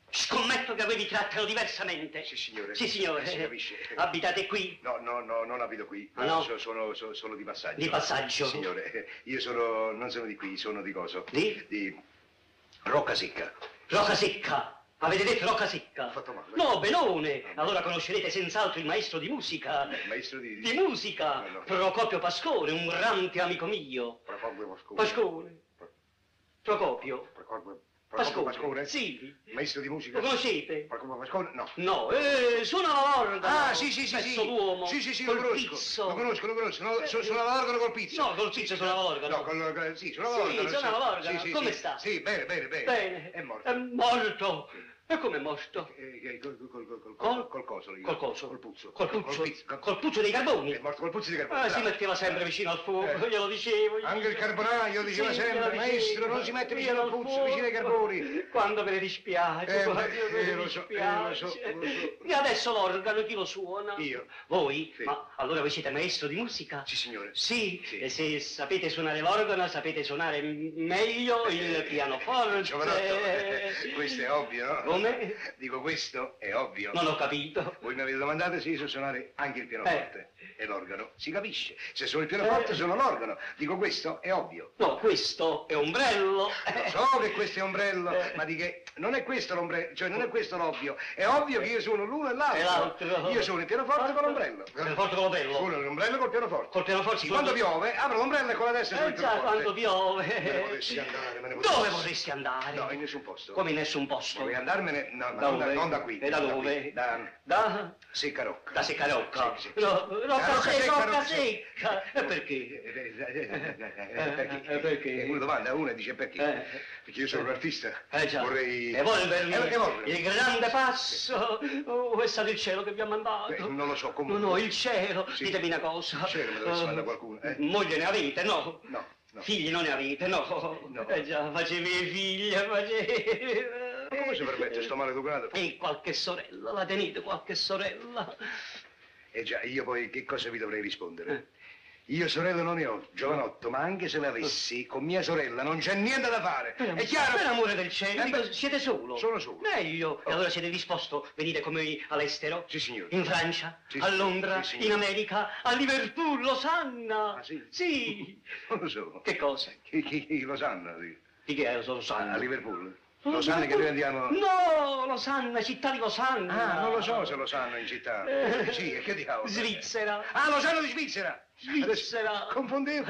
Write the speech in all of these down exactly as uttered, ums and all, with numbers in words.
Scommetto che a voi vi trattano diversamente. Sì, signore. Sì, signore. Si capisce. Abitate qui? No, no, no, non abito qui. Ah, no? Sono, sono, sono, sono di passaggio. Di passaggio? Sì, signore. Io sono, non sono di qui, sono di coso. Di? Di Roccasecca. Roccasecca. Avete detto Roccasecca? Ho fatto male. No, benone. Allora conoscerete senz'altro il maestro di musica. Il maestro di... Di musica. No, no. Procopio Pascone, un grande amico mio. Procopio Pascone. Pascone. Procopio. Procopio Pascone. Pascone? Sì. Maestro di musica? Lo conoscete? Procopio Pascone? No. No, eh, suona l'organo. Ah, sì, sì, sì, sì. Pezzo d'uomo. Sì, sì, sì, col lo conosco. pizzo. Lo conosco, lo conosco. No, su, suonava l'organo col pizzo. No, col pizzo suonava l'organo. No, col, sì, suonava Sì, l'organo. suonava l'organo. Sì, sì, Come sì. sta? Sì, bene, bene, bene. Bene. È morto. È morto. E come è morto? Eh, eh, col, col, col, col, Col? col coso. Lì. Col coso? Col puzzo. Col puzzo? Col, col, Col puzzo dei carboni? È morto col puzzo di carbone. Ah, si bravo. metteva sempre vicino al fuoco, Eh. glielo dicevo. Anche il carbonaio diceva Sì, sempre, glielo maestro, dicevo. non si mette vicino Io al al puzzo, fuoco. vicino ai carboni. Quando me ne dispiace, Eh, quando beh, me ne eh, lo so, dispiace. eh, lo so, lo so. E adesso l'organo chi lo suona? Io. Voi? Sì. Ma allora voi siete maestro di musica? Sì, signore. Sì, Sì. e se sapete suonare l'organo sapete suonare m- meglio il pianoforte. Giovanotto, questo è ovvio, no? Come? Dico, questo è ovvio. Non ho capito. Voi mi avete domandato se io so suonare anche il pianoforte Eh. e l'organo. Si capisce. Se sono il pianoforte Eh. sono l'organo. Dico, questo è ovvio. No, questo è ombrello. Lo so che questo è ombrello, Eh. ma di che non è questo l'ombrello, cioè non è questo l'ovvio. È ovvio che io sono l'uno e l'altro. E l'altro. Io sono il pianoforte con l'ombrello. Pianoforte con l'ombrello? Suono l'ombrello col pianoforte. Col pianoforte? Sì, quando piove, apro l'ombrello e con la destra sono Eh il già, pianoforte. quando piove. Me ne potessi andare, me ne potessi. Dove vorresti andare? No, in nessun posto. Come in nessun posto? Vorrei andarmene, no, ma Da non, da, dove? non da qui. E da non dove? qui, Da Da? Seccarocca. Da Seccarocca? Sì, sì, sì. No, Da Rocca Rocca Secca, Secca, Rocca Rocca Secca. E perché? Eh, eh, eh, eh, eh, Perché? Eh, perché? Una domanda, una dice perché? Eh. Perché io sono un artista. Eh già. Vorrei... Evolvermi. Eh, evolvermi. Il grande passo. Oh, è stato il cielo che vi ha mandato. Beh, non lo so, comunque. No, no, il cielo. Sì. Ditemi una cosa. Il cielo me dovesse Eh, mandare qualcuno, eh? Moglie ne avete, no? No, no. Figli non ne avete, no? No. Eh già, facevi figlia, facevi... Ma come si permette sto maleducato? E qualche sorella, la tenete qualche sorella? Eh già, io poi che cosa vi dovrei rispondere? Eh. Io sorella non ne ho, giovanotto, ma anche se l'avessi, con mia sorella non c'è niente da fare. È chiaro? Per amore del cielo, Eh, dico, beh, siete solo? sono solo. Meglio. Oh. E allora siete disposto a venire con noi all'estero? Sì, signore. In Francia? Sì, a sì, Londra? sì, signore. in America? A Liverpool? Losanna? Ah, sì? Sì. Non lo so. Che cosa? Chi, chi, chi lo sanno? Sì. Di che è A, Losanna? a Liverpool? Lo sanno che noi andiamo... No, Losanna, città di Losanna. Ah, non lo so se lo sanno in città. Eh. Sì, e che diavolo? Svizzera. Ah, lo sanno di Svizzera! Svizzera. Adesso confondevo.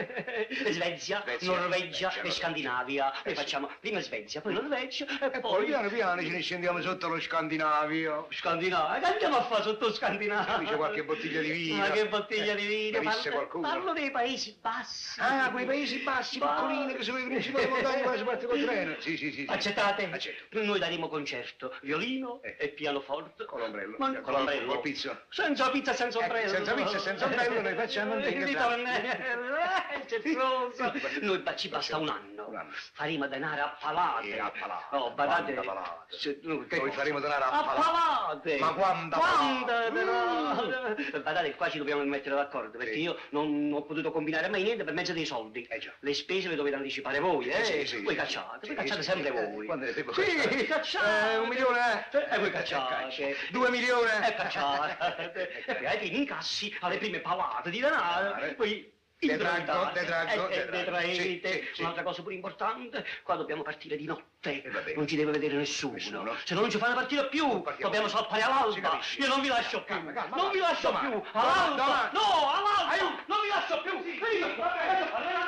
Svezia, Svezia, Norvegia Svezia, e Scandinavia. Eh, Noi sì. facciamo prima Svezia, poi Norvegia e, E poi poi piano piano ce ne scendiamo sotto lo Scandinavio. Scandinavia. Che andiamo a fare sotto Scandinavia? Dice qualche bottiglia di vino. Ma che bottiglia Eh, di vino? capisse Parlo, qualcuno. parlo dei Paesi Bassi. Ah, quei paesi bassi, Ba- piccolini, che sono i principali montagne, quasi parte col treno. Sì, sì, sì. sì. Accettate? Accetto. Noi daremo concerto, violino Eh. e pianoforte. Con l'ombrello. Ma- Con con l'ombrello. col pizzo. Senza pizza e senza Eh, ombrello. senza pizza e senza ombrello noi facciamo un Eh, ringraziamento. ritornello, eh, certoso. Noi ba- ci basta un anno. Un anno. Faremo denaro a palate. Eh, a palate. Oh, badate. Quanta palate? Se- no, che Noi cosa? faremo denaro a A palate. palate. Ma quanta Quanta palate? denaro? Badate, qua ci dobbiamo mettere d'accordo, perché Sì. io non ho potuto combinare mai niente per mezzo dei soldi. Eh, già. Le spese le dovete anticipare voi, eh? Sì, sì, voi sì, cacciate, sì, voi cacciate sì, sempre sì, voi. quando ne devo Sì, cacciare? cacciate. Eh, un milione, eh? E voi cacciate. Due milioni? E cacciate. E poi avete gli incassi alle prime palate di denaro, Denaro. poi... Detraggo, detraggo, e, e detraggo. detraete. Sì, sì, sì. Un'altra cosa pure importante, qua dobbiamo partire di notte. Eh, va bene. Non ci deve vedere nessuno. Nessuno. Se no non ci fanno partire più. Non partiamo Dobbiamo più. salpare Si all'alba. capisce. Io non vi lascio più. Calma, calma, non vi lascio domani. più. Domani, All'alba. domani. No, all'alba. Aiuto. Non vi lascio più. Sì.